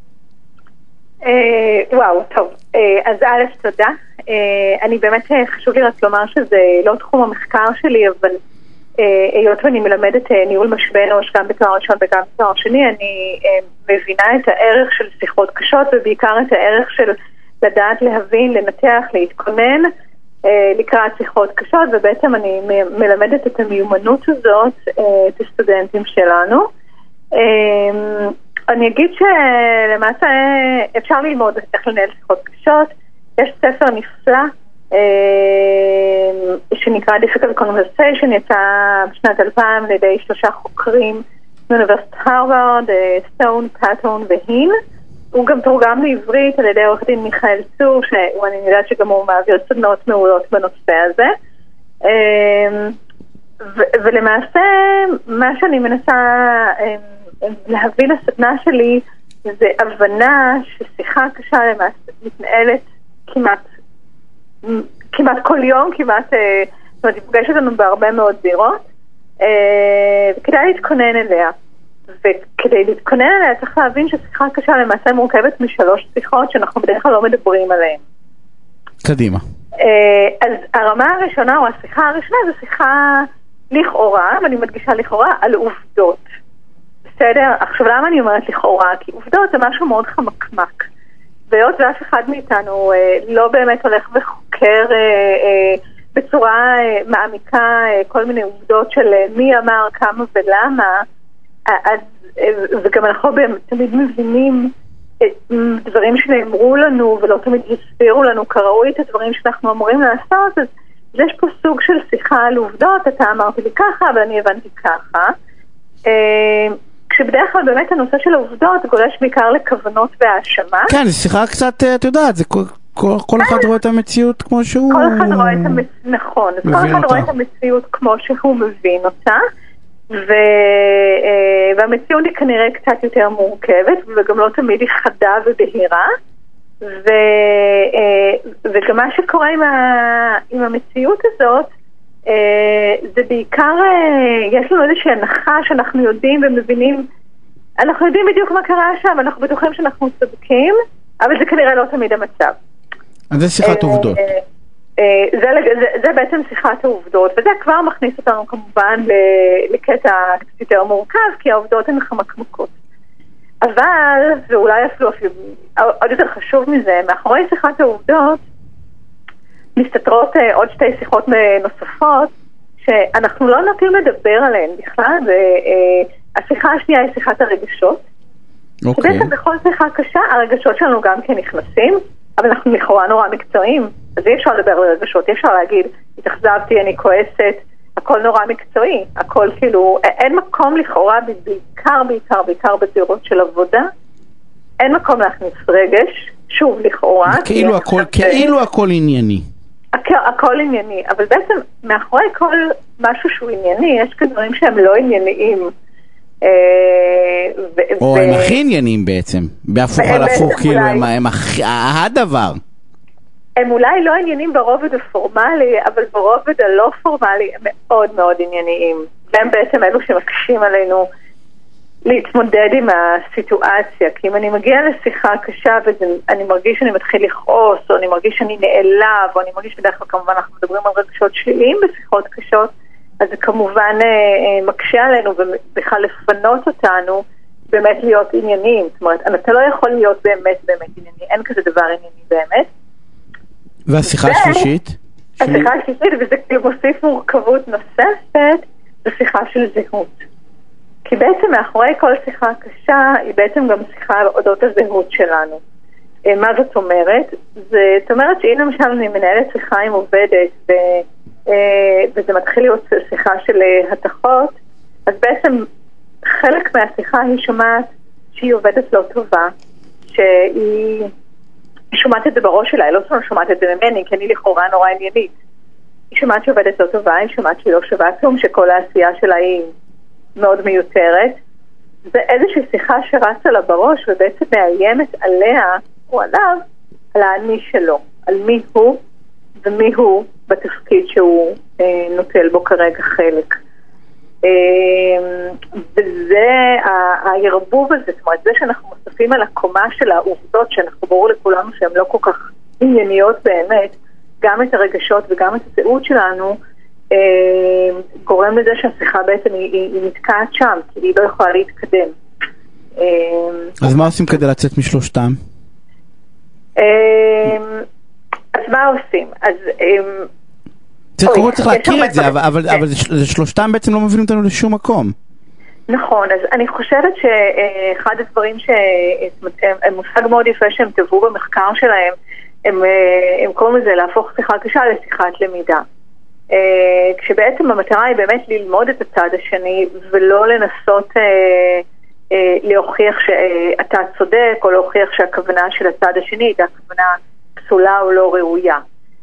וואו, טוב. אז א', תודה. אני באמת חשוב לי רק לומר שזה לא תחום המחקר שלי, אבל היות ואני מלמדת ניהול משבר אנוש גם בתואר ראשון וגם בתואר שני, אני מבינה את הערך של שיחות קשות, ובעיקר את הערך של לדעת להבין, לנתח, להתכונן לקראת שיחות קשות, ובעצם אני מלמדת את המיומנות הזאת את הסטודנטים שלנו. אני אגיד שלמעשה אפשר ללמוד איך לנהל שיחות קשות. יש ספר נפלא שנקרא Difficult Conversation, יצא בשנת אלפיים על ידי שלושה חוקרים מאוניברסיטת הרווארד, סטון, פאטון והין. הוא גם תורגם לעברית על ידי עורך דין מיכאל צור, שאני יודעת שגם הוא מעביר סדנאות מעולות בנושא הזה. ולמעשה מה שאני מנסה להביא לסדנה שלי זה הבנה ששיחה קשה למעשה מתנהלת כמעט כמעט כל יום, כמעט, זאת אומרת, היא פוגשת לנו בהרבה מאוד זירות, וכדאי להתכונן אליה. וכדי להתכונן אליה צריך להבין ששיחה קשה למעשה מורכבת משלוש שיחות שאנחנו בדרך כלל לא מדברים עליהן. קדימה. אז הרמה הראשונה או השיחה הראשונה זה שיחה לכאורה, ואני מדגישה לכאורה, על עובדות. בסדר? עכשיו למה אני אומרת לכאורה? כי עובדות זה משהו מאוד חמקמק. והיות ואף אחד מאיתנו אה, לא באמת הולך וחוקר אה, אה, בצורה אה, מעמיקה אה, כל מיני עובדות של אה, מי אמר, כמה ולמה, אה, אז, אה, וגם אנחנו תמיד מבינים אה, דברים שנאמרו לנו ולא תמיד הסבירו לנו כראוי את הדברים שאנחנו אמורים לעשות, אז יש פה סוג של שיחה על עובדות, אתה אמרת לי ככה ואני הבנתי ככה. אה, כשבדרך כלל באמת הנושא של העובדות גולש בעיקר לכוונות והאשמה. כן, זו שיחה קצת, את יודעת, זה כל, כל, כל אחד רואה את המציאות כמו שהוא... כל אחד רואה את המציאות, נכון. כל אחד רואה את המציאות כמו שהוא מבין אותה, ו... והמציאות היא כנראה קצת יותר מורכבת, וגם לא תמיד היא חדה ובהירה, ו... וגם מה שקורה עם, ה... עם המציאות הזאת, זה בעיקר, יש לנו איזושהי הנחה שאנחנו יודעים ומבינים, אנחנו יודעים בדיוק מה קרה שם, אנחנו בטוחים שאנחנו צודקים, אבל זה כנראה לא תמיד המצב. אז זה שיחת עובדות. זה, זה, זה בעצם שיחת העובדות, וזה כבר מכניס אותנו כמובן לקטע קצת יותר מורכב, כי העובדות הן חמקמקות. אבל, ואולי אפילו עוד יותר חשוב מזה, מאחורי שיחת העובדות, מסתתרות uh, עוד שתי שיחות נוספות שאנחנו לא נוטים לדבר עליהן בכלל, והשיחה uh, השנייה היא שיחת הרגשות. Okay. שבעצם בכל שיחה קשה הרגשות שלנו גם כן נכנסים, אבל אנחנו לכאורה נורא מקצועיים, אז אי אפשר לדבר על רגשות, אי אפשר להגיד התאכזבתי, אני כועסת, הכל נורא מקצועי, הכל כאילו, אין מקום לכאורה, בעיקר בעיקר בעיקר בזירות של עבודה, אין מקום להכניס רגש, שוב לכאורה. כאילו הכל, כאילו הכל ענייני. הכל ענייני, אבל בעצם מאחורי כל משהו שהוא ענייני, יש כאן דברים שהם לא ענייניים. או הם הכי ענייניים בעצם, בהפוך על הפוך, כאילו הם הדבר. הם אולי לא עניינים ברובד הפורמלי, אבל ברובד הלא פורמלי הם מאוד מאוד ענייניים. והם בעצם אלו שמקשים עלינו להתמודד עם הסיטואציה, כי אם אני מגיעה לשיחה קשה ואני מרגיש שאני מתחיל לכעוס, או אני מרגיש שאני נעלב, או אני מרגיש בדרך כלל כמובן אנחנו מדברים על רגשות שליליים בשיחות קשות, אז זה כמובן אה, מקשה עלינו ובכלל לפנות אותנו באמת להיות ענייניים. זאת אומרת, אתה לא יכול להיות באמת באמת ענייני, אין כזה דבר ענייני באמת. והשיחה השלישית? השיחה השלישית, וזה כאילו מוסיף מורכבות נוספת, זה שיחה של זהות. כי בעצם מאחורי כל שיחה קשה היא בעצם גם שיחה על אודות הזהות שלנו. מה זאת אומרת? זאת אומרת שאם למשל אני מנהלת שיחה עם עובדת ו, וזה מתחיל להיות שיחה של התחות, אז בעצם חלק מהשיחה היא שומעת שהיא עובדת לא טובה, שהיא שומעת את זה בראש שלה, היא לא שומעת את זה ממני, כי אני לכאורה נורא עניינית. היא שומעת שעובדת לא טובה, היא שומעת שהיא לא שווה כלום, שכל העשייה שלה היא מאוד מיותרת. זה איזושהי שיחה שרצה לה בראש ובעצם מאיימת עליה או עליו, על האני שלו, על מי הוא ומי הוא בתפקיד שהוא אה, נוטל בו כרגע חלק. אה, וזה הירבוב הזה, זאת אומרת, זה שאנחנו מוספים על הקומה של העובדות, שאנחנו ברור לכולנו שהן לא כל כך ענייניות באמת, גם את הרגשות וגם את הזהות שלנו, אה, גורם לזה שהשיחה בעצם היא, היא, היא נתקעת שם, כי היא לא יכולה להתקדם. אה, אז מה עושים כדי לצאת משלושתם? אה, אז מה עושים? אז... אה, זה קורה, צריך להכיר את זה, אבל, אבל, אבל זה שלושתם בעצם לא מבינים אותנו לשום מקום. נכון, אז אני חושבת שאחד הדברים שהם מושג מאוד יפה שהם טבעו במחקר שלהם, הם, הם קוראים לזה להפוך שיחה קשה לשיחת למידה. כשבעצם המטרה היא באמת ללמוד את הצד השני ולא לנסות להוכיח שאתה צודק או להוכיח שהכוונה של הצד השני היא הכוונה פסולה או לא ראויה.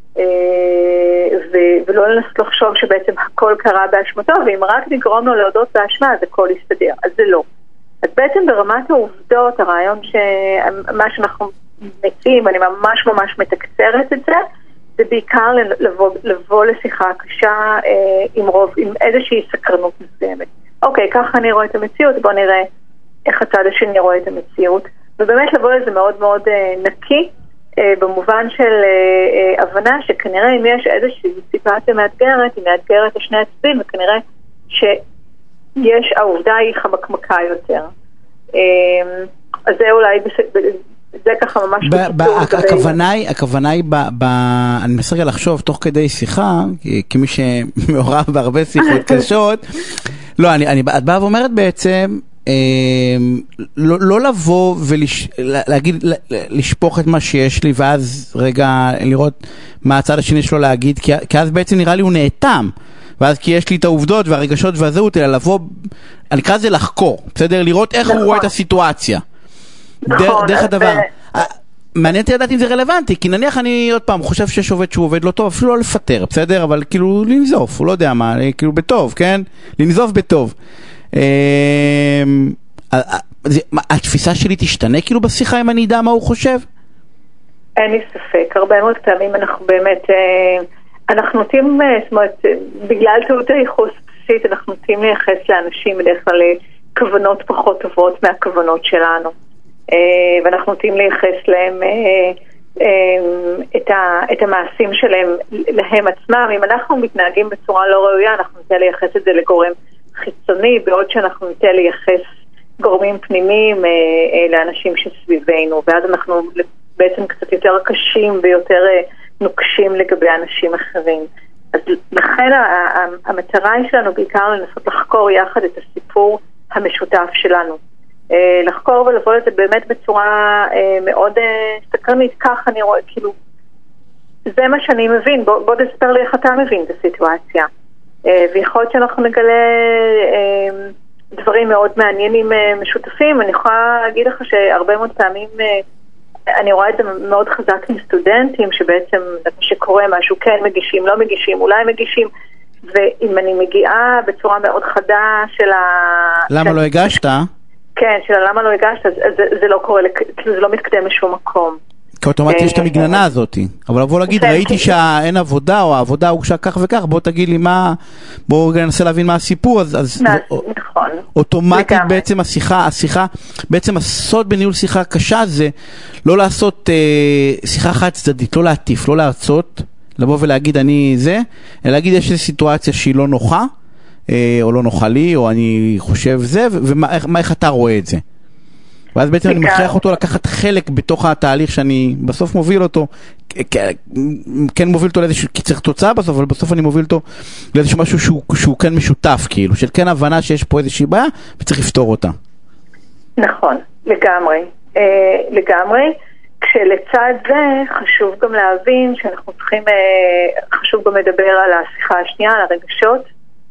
ולא לנסות לחשוב שבעצם הכל קרה באשמתו, ואם רק נגרום לו להודות באשמה אז הכל יסתדר, אז זה לא. אז בעצם ברמת העובדות הרעיון שמה שאנחנו מציעים, אני ממש ממש מתקצרת את זה, זה בעיקר לבוא, לבוא לשיחה קשה עם רוב, עם איזושהי סקרנות מסוימת. אוקיי, ככה אני רואה את המציאות, בוא נראה איך הצד השני רואה את המציאות, ובאמת לבוא לזה מאוד מאוד נקי, במובן של הבנה שכנראה אם יש איזושהי סיטואציה מאתגרת, היא מאתגרת לשני הצדדים, וכנראה שיש, העובדה היא חמקמקה יותר. אז זה אולי, זה ככה ממש... הכוונה היא, הכוונה היא, אני מנסה לחשוב תוך כדי שיחה, כמי שמעורב בהרבה שיחות קשות, לא, את באה ואומרת בעצם, לא, לא לבוא ולהגיד, לשפוך את מה שיש לי ואז רגע לראות מה הצד השני שלו להגיד, כי, כי אז בעצם נראה לי הוא נאטם, ואז כי יש לי את העובדות והרגשות והזהות, אלא לבוא, אני אקרא זה לחקור, בסדר? לראות איך נכון. הוא רואה את הסיטואציה. נכון, דרך, דרך הדבר. ו... מעניין אותי לדעת אם זה רלוונטי, כי נניח אני עוד פעם חושב שיש עובד שהוא עובד לא טוב, אפילו לא לפטר, בסדר? אבל כאילו לנזוף, הוא לא יודע מה, כאילו בטוב, כן? לנזוף בטוב. התפיסה שלי תשתנה כאילו בשיחה אם אני אדע מה הוא חושב? אין לי ספק, הרבה מאוד פעמים אנחנו באמת אנחנו נוטים, זאת אומרת, בגלל טעות הייחוס בסיסית אנחנו נוטים לייחס לאנשים בדרך כלל כוונות פחות טובות מהכוונות שלנו, ואנחנו נוטים לייחס להם את המעשים שלהם להם עצמם. אם אנחנו מתנהגים בצורה לא ראויה אנחנו נוטה לייחס את זה לגורם חיצוני, בעוד שאנחנו ניתן לייחס גורמים פנימיים אה, אה, לאנשים שסביבנו, ואז אנחנו בעצם קצת יותר קשים ויותר אה, נוקשים לגבי אנשים אחרים. אז לכן המטרה שלנו בעיקר לנסות לחקור יחד את הסיפור המשותף שלנו. אה, לחקור ולבוא לזה באמת בצורה אה, מאוד אה, סקרנית, כך אני רואה, כאילו, זה מה שאני מבין, בוא, בוא תספר לי איך אתה מבין את הסיטואציה. ויכול להיות שאנחנו נגלה דברים מאוד מעניינים משותפים. אני יכולה להגיד לך שהרבה מאוד פעמים אני רואה את זה מאוד חזק מסטודנטים שבעצם שקורה משהו, כן מגישים, לא מגישים, אולי מגישים, ואם אני מגיעה בצורה מאוד חדה של ה... למה לא הגשת? כן, של למה לא הגשת, זה לא קורה, זה לא מתקדם לשום מקום. כי אוטומטית יש את המגננה הזאת, אבל לבוא להגיד, ראיתי שאין עבודה, או העבודה הוגשה כך וכך, בוא תגיד לי מה, בוא ננסה להבין מה הסיפור, אז אוטומטית בעצם השיחה, השיחה, בעצם הסוד בניהול שיחה קשה זה, לא לעשות שיחה חד צדדית, לא להטיף, לא להרצות, לבוא ולהגיד אני זה, אלא להגיד יש איזו סיטואציה שהיא לא נוחה, או לא נוחה לי, או אני חושב זה, ומה איך אתה רואה את זה. ואז בעצם אני מכריח אותו לקחת חלק בתוך התהליך שאני בסוף מוביל אותו, כן מוביל אותו לאיזשהו, כי צריך תוצאה בסוף, אבל בסוף אני מוביל אותו לאיזשהו משהו שהוא, שהוא כן משותף, כאילו, של כן הבנה שיש פה איזושהי בעיה, וצריך לפתור אותה. נכון, לגמרי, לגמרי, כשלצד זה חשוב גם להבין שאנחנו צריכים, חשוב גם לדבר על השיחה השנייה, על הרגשות,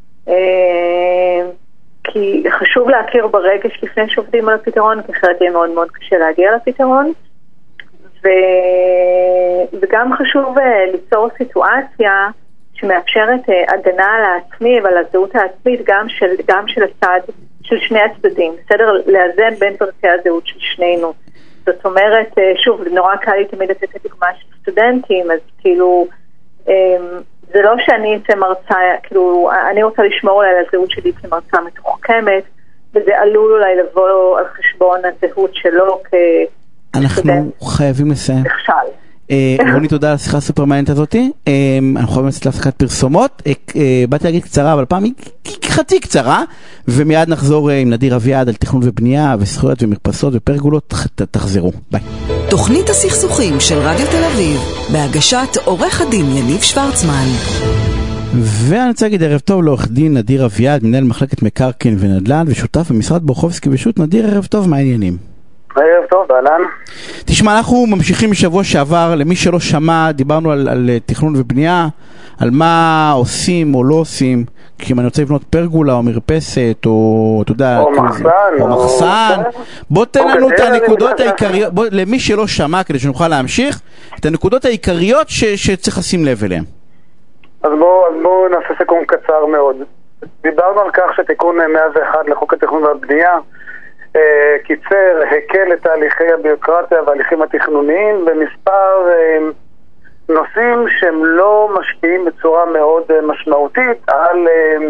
כי חשוב להכיר ברגש לפני שעובדים על הפתרון, כי אחרת יהיה מאוד מאוד קשה להגיע לפתרון, ו... וגם חשוב ליצור סיטואציה שמאפשרת הגנה על העצמי ועל הזהות העצמית גם של, גם של הצד, של שני הצדדים, בסדר? לאזן בין פרטי הזהות של שנינו. זאת אומרת, שוב, זה נורא קל לי תמיד לתת את דוגמה של סטודנטים, אז כאילו, זה לא שאני אצא מרצה, כאילו, אני רוצה לשמור על הזהות שלי כמרצה מתוחכמת, וזה עלול אולי לבוא על חשבון הזהות שלו כסטודנט. אנחנו חייבים לסיים. נכשל. רוני, תודה על השיחה הסופר מעניינת הזאתי. אנחנו חייבים לצאת להפסקת פרסומות. באתי להגיד קצרה, אבל פעם היא חצי קצרה, ומיד נחזור עם נדיר אביעד על תכנון ובנייה וזכויות ומרפסות ופרגולות. תחזרו, ביי. תוכנית הסכסוכים של רדיו תל אביב, בהגשת עורך הדין יניב שוורצמן. ואני רוצה להגיד ערב טוב לעורך דין נדיר אביעד, מנהל מחלקת מקרקעין ונדל"ן ושותף במשרד בורחובסקי ושות. נדיר, ערב טוב, מה העניינים? ערב טוב, באלן. תשמע, אנחנו ממשיכים משבוע שעבר, למי שלא שמע, דיברנו על, על תכנון ובנייה, על מה עושים או לא עושים, כי אם אני רוצה לבנות פרגולה או מרפסת, או אתה יודע, או מחסן, או, או מחסן. בוא תן לנו את הנקודות העיקריות, בוא, למי שלא שמע, כדי שנוכל להמשיך, את הנקודות העיקריות ש, שצריך לשים לב אליהן. אז בואו בוא נעשה סיכום קצר מאוד. דיברנו על כך שתיקון מאה ואחת לחוק התכנון והבנייה, קיצר, הקל את תהליכי הביוקרטיה וההליכים התכנוניים במספר נושאים שהם לא משפיעים בצורה מאוד משמעותית על,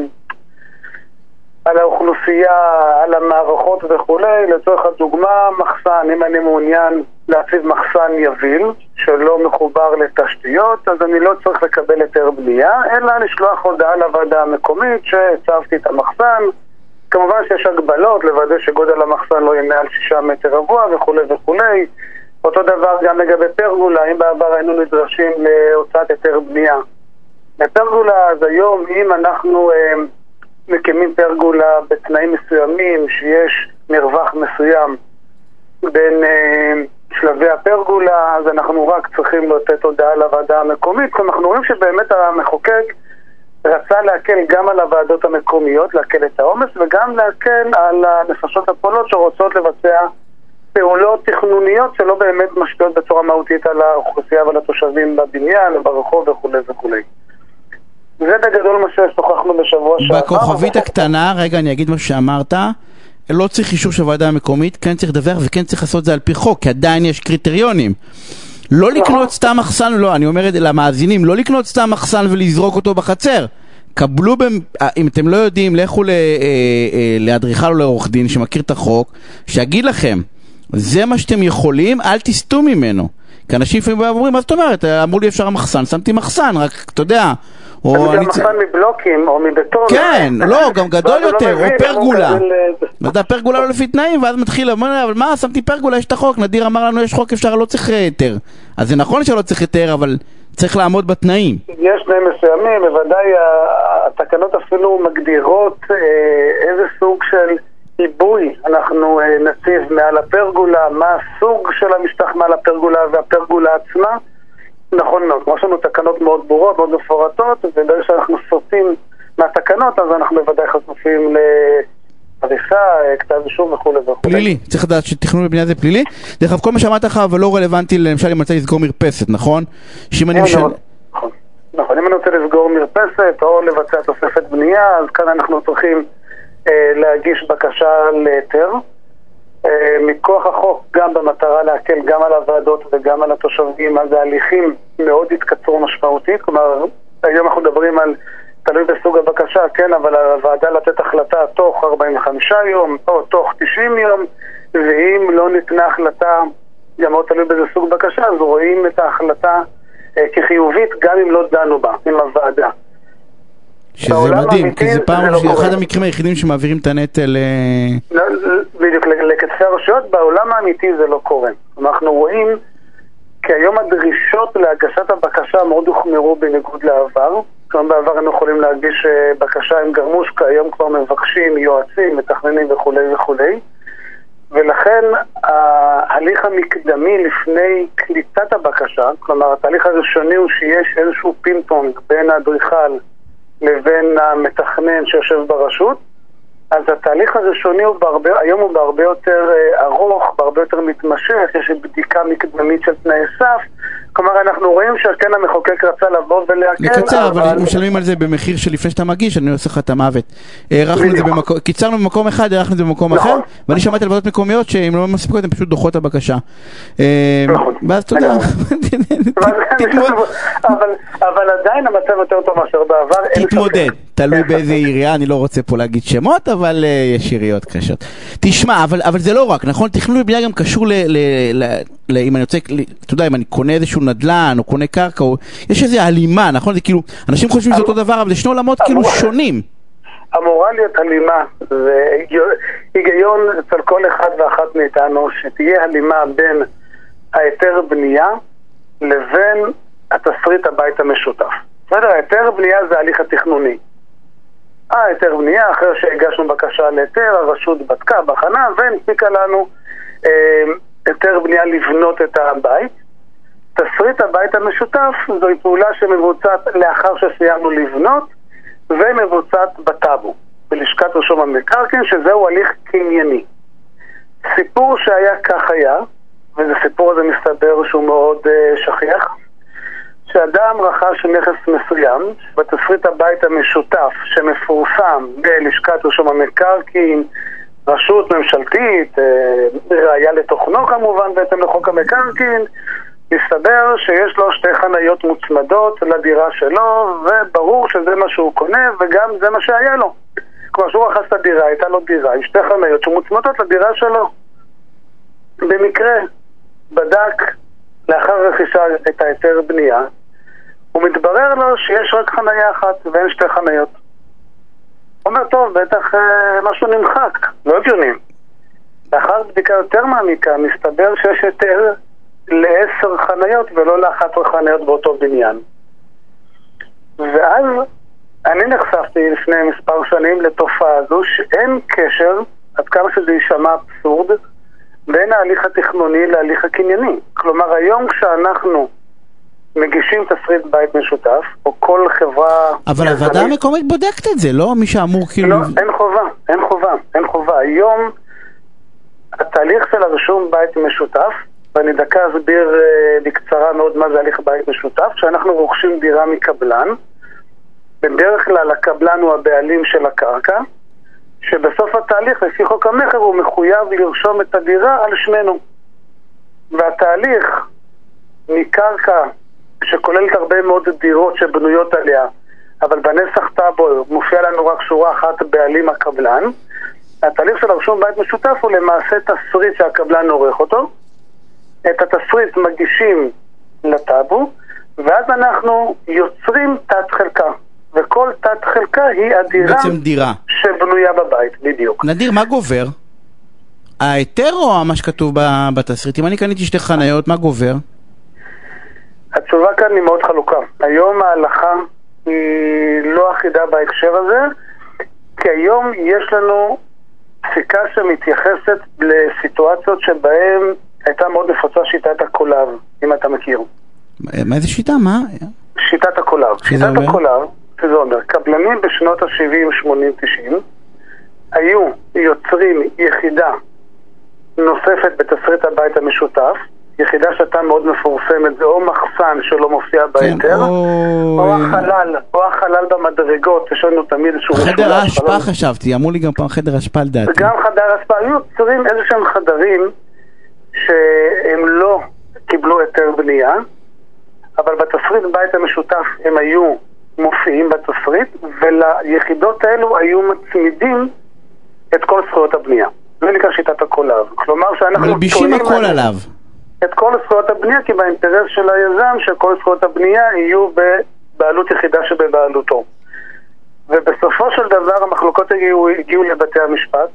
על האוכלוסייה, על המערכות וכו'. לצורך הדוגמה, מחסן, אם אני מעוניין להציב מחסן יביל שלא מחובר לתשתיות, אז אני לא צריך לקבל היתר בנייה, אלא לשלוח הודעה לוועדה המקומית שהצבתי את המחסן. כמובן שיש הגבלות לוודא שגודל המחסן לא יהיה מעל שישה מטר רבוע וכו' וכו'. אותו דבר גם לגבי פרגולה, אם בעבר היינו נדרשים להוצאת היתר בנייה. בפרגולה, אז היום אם אנחנו אה, מקימים פרגולה בתנאים מסוימים, שיש מרווח מסוים בין אה, שלבי הפרגולה, אז אנחנו רק צריכים לתת הודעה לוועדה המקומית. אנחנו רואים שבאמת המחוקק רצה להקל גם על הוועדות המקומיות, להקל את העומס, וגם להקל על הנפשות הפועלות שרוצות לבצע פעולות תכנוניות שלא באמת משפיעות בצורה מהותית על האוכלוסייה ועל התושבים בבניין, ברחוב וכו' וכו'. זה בגדול מה ששוחחנו בשבוע שעבר. בכוכבית הקטנה, רגע אני אגיד מה שאמרת, לא צריך אישור של הוועדה המקומית, כן צריך לדווח וכן צריך לעשות זה על פי חוק, כי עדיין יש קריטריונים. לא לקנות סתם מחסן, לא, אני אומר את זה למאזינים, לא לקנות סתם מחסן ולזרוק אותו בחצר. קבלו, אם אתם לא יודעים, לכו לאדריכל או לעורך דין שמכיר את החוק, שיגיד לכם, זה מה שאתם יכולים, אל תסתו ממנו. כי אנשים לפעמים אומרים, מה זאת אומרת? אמרו לי אפשר מחסן, שמתי מחסן, רק, אתה יודע, או אני מחסן מבלוקים או מבטון. כן, לא, גם גדול יותר, או פרגולה. אתה יודע, פרגולה לא לפי תנאים, ואז מתחיל, אבל מה, שמתי פרגולה, יש את החוק, נדיר אמר לנו, יש חוק, אפשר, לא צריך היתר. אז זה נכון שלא צריך היתר, אבל צריך לעמוד בתנאים. יש תנאים מסוימים, בוודאי התקנות אפילו מגדירות איזה סוג של עיבוי אנחנו נציב מעל הפרגולה, מה הסוג של המשטח מעל הפרגולה והפרגולה עצמה. נכון מאוד, כמו שיש לנו תקנות מאוד ברורות, מאוד מפורטות, וברגע שאנחנו סוטים מהתקנות, אז אנחנו בוודאי חשופים להריסה, כתב אישום וכו' וכו'. פלילי, צריך לדעת שתכנון ובנייה זה פלילי. דרך אגב, כל מה שאמרת לך, אבל לא רלוונטי, למשל אם אני רוצה לסגור מרפסת, נכון? שאם אני משל... נכון, נכון, אם אני רוצה לסגור מרפסת או לבצע תוספת בנייה, אז כאן אנחנו צריכים אה, להגיש בקשה להיתר. מכוח החוק, גם במטרה להקל גם על הוועדות וגם על התושבים, אז ההליכים מאוד התקצרו משמעותית. כלומר, היום אנחנו מדברים על תלוי בסוג הבקשה, כן, אבל הוועדה לתת החלטה תוך ארבעים וחמישה יום או תוך תשעים יום, ואם לא ניתנה החלטה, גם מאוד תלוי באיזה סוג בקשה, אז רואים את ההחלטה אה, כחיובית גם אם לא דנו בה עם הוועדה. שזה מדהים, כי זה פעם, זה אחד המקרים היחידים שמעבירים את הנטל... בדיוק, לכתפי הרשויות, בעולם האמיתי זה לא קורה. אנחנו רואים כי היום הדרישות להגשת הבקשה מאוד הוחמרו בניגוד לעבר. כלומר בעבר אנחנו יכולים להגיש בקשה עם גרמושקה, היום כבר מבקשים, יועצים, מתכננים וכו' וכו'. ולכן ההליך המקדמי לפני קליטת הבקשה, כלומר התהליך הראשוני הוא שיש איזשהו פינג-פונג בין האדריכל לבין המתכנן שיושב ברשות, אז התהליך הראשוני הוא בהרבה, היום הוא בהרבה יותר ארוך, בהרבה יותר מתמשך, יש בדיקה מקדמית של תנאי סף, כלומר אנחנו רואים שכן המחוקק רצה לבוא ולהקל. לקצר, אבל משלמים על זה במחיר שלפני שאתה מגיש, אני עושה לך את המוות. קיצרנו במקום אחד, הערכנו את זה במקום אחר, ואני שמעתי על ועדות מקומיות שאם לא מספיקות, הן פשוט דוחות הבקשה. ואז תודה. אבל עדיין המצב יותר טוב מאשר בעבר. תתמודד, תלוי באיזה עירייה, אני לא רוצה פה להגיד שמות, אבל יש עיריות קשות. תשמע, אבל זה לא רק, נכון? תכנון ובנייה גם קשור ל... אם אני רוצה, אתה יודע, אם אני קונה איזשהו נדל"ן או קונה קרקע, יש איזו הלימה, נכון? זה כאילו, אנשים חושבים שזה אותו דבר, אבל זה שני עולמות כאילו שונים. אמורה להיות הלימה, זה היגיון אצל כל אחד ואחת מאיתנו, שתהיה הלימה בין ההיתר בנייה לבין התסריט הבית המשותף. בסדר, ההיתר בנייה זה ההליך התכנוני. ההיתר בנייה, אחרי שהגשנו בקשה להיתר, הרשות בדקה, בחנה, והנפיקה לנו היתר בנייה לבנות את הבית. תסריט הבית המשותף זוהי פעולה שמבוצעת לאחר שסיימנו לבנות ומבוצעת בטאבו, בלשכת רישום המקרקעין, שזהו הליך קנייני. סיפור שהיה כך היה, וזה סיפור הזה מסתבר שהוא מאוד uh, שכיח, שאדם רכש נכס מסוים בתסריט הבית המשותף שמפורסם בלשכת רישום המקרקעין, רשות ממשלתית, ראיה לתוכנו כמובן בעצם לחוק המקרקעין, מסתבר שיש לו שתי חניות מוצמדות לדירה שלו, וברור שזה מה שהוא קונה וגם זה מה שהיה לו. כלומר שהוא רכש את הדירה, הייתה לו דירה עם שתי חניות שמוצמדות לדירה שלו. במקרה בדק לאחר רכישה את ההיתר בנייה, ומתברר לו שיש רק חניה אחת ואין שתי חניות. הוא אומר, טוב, בטח אה, משהו נמחק, לא הגיוני. לאחר בדיקה יותר מעמיקה, מסתבר שיש היתר לעשר חניות ולא לאחת חניות באותו בניין. ואז אני נחשפתי לפני מספר שנים לתופעה הזו שאין קשר, עד כמה שזה יישמע אבסורד, בין ההליך התכנוני להליך הקנייני. כלומר, היום כשאנחנו מגישים תסריט בית משותף, או כל חברה... אבל הוועדה המקומית בודקת את זה, לא? מי שאמור כאילו... לא, אין חובה, אין חובה, אין חובה. היום התהליך של הרישום בית משותף, ואני דקה אסביר uh, בקצרה מאוד מה זה הליך בית משותף, כשאנחנו רוכשים דירה מקבלן, בדרך כלל הקבלן הוא הבעלים של הקרקע, שבסוף התהליך, לפי חוק המחר, הוא מחויב לרשום את הדירה על שמנו. והתהליך מקרקע שכוללת הרבה מאוד דירות שבנויות עליה, אבל בנסח טאבו מופיע לנו רק שורה אחת בעלים הקבלן. התהליך של הרשום בית משותף הוא למעשה תסריט שהקבלן עורך אותו. את התסריט מגישים לטאבו, ואז אנחנו יוצרים תת חלקה. וכל תת חלקה היא הדירה בעצם דירה שבנויה בבית, בדיוק. נדיר, מה גובר? ההיתר או מה שכתוב בתסריט? אם אני קניתי שתי חניות, מה גובר? התשובה כאן היא מאוד חלוקה. היום ההלכה היא לא אחידה בהקשר הזה, כי היום יש לנו פסיקה שמתייחסת לסיטואציות שבהן הייתה מאוד נפוצה שיטת הקולב, אם אתה מכיר. מה איזה שיטה? מה? שיטת הקולב. שיטת הקולב, שזה אומר, קבלנים בשנות ה-שבעים, שמונים, תשעים, היו יוצרים יחידה נוספת בתסריט הבית המשותף, יחידה שאתה מאוד מפורסמת, זה או מחסן שלא מופיע בהיתר, או החלל, או החלל במדרגות, יש לנו תמיד איזשהו... חדר השפעה חשבתי, אמרו לי גם פעם חדר השפעה לדעתי. גם חדר השפעה, היו יוצרים איזה שהם חדרים שהם לא קיבלו היתר בנייה, אבל בתסריט בית המשותף הם היו מופיעים בתסריט, וליחידות האלו היו מצמידים את כל זכויות הבנייה. זה נקרא שיטת הקולב. כלומר שאנחנו... מלבישים הכל עליו. את כל זכויות הבנייה, כי באינטרס של היזם שכל זכויות הבנייה יהיו בבעלות יחידה שבבעלותו. ובסופו של דבר המחלוקות הגיעו, הגיעו לבתי המשפט.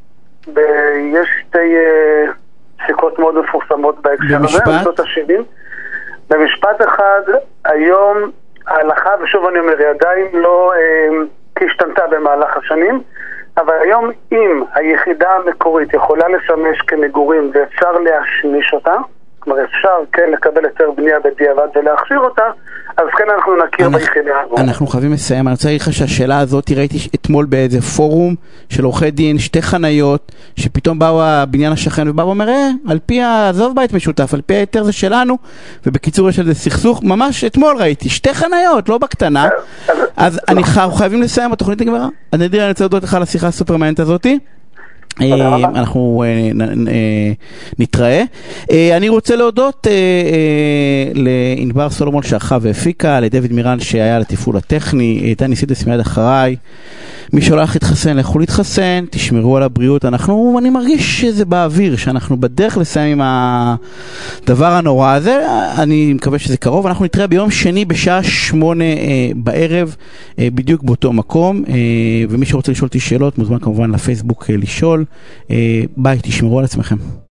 יש שתי פסיקות מאוד מפורסמות בהקשר הזה. במשפט? השבעים. במשפט אחד, היום ההלכה, ושוב אני אומר, היא עדיין לא אה, השתנתה במהלך השנים, אבל היום אם היחידה המקורית יכולה לשמש כמגורים ואפשר להשמיש אותה, כלומר אפשר כן לקבל היתר בנייה בדיעבד ולהכשיר אותה, אז כן אנחנו נכיר ביחידה הזאת. אנחנו חייבים לסיים. אני רוצה להגיד לך שהשאלה הזאת, ראיתי אתמול באיזה פורום של עורכי דין, שתי חניות, שפתאום באו הבניין השכן ובאו ואומר, אה, על פי העזוב בית משותף, על פי היתר זה שלנו, ובקיצור יש איזה סכסוך, ממש אתמול ראיתי, שתי חניות, לא בקטנה, אז אנחנו חייבים לסיים בתוכנית הגמרא. אני אדיר, אני רוצה להודות לך על השיחה הסופרמנט הזאתי. אנחנו נתראה. אני רוצה להודות לענבר סולומון שערכה והפיקה, לדויד מירן שהיה לתפעול הטכני, דני סידס מיד אחריי. מי שהולך להתחסן, לכו להתחסן, תשמרו על הבריאות. אנחנו, אני מרגיש שזה באוויר, שאנחנו בדרך לסיים עם הדבר הנורא הזה. אני מקווה שזה קרוב. אנחנו נתראה ביום שני בשעה שמונה בערב, בדיוק באותו מקום. ומי שרוצה לשאול אותי שאלות, מוזמן כמובן לפייסבוק לשאול. ביי, תשמרו על עצמכם.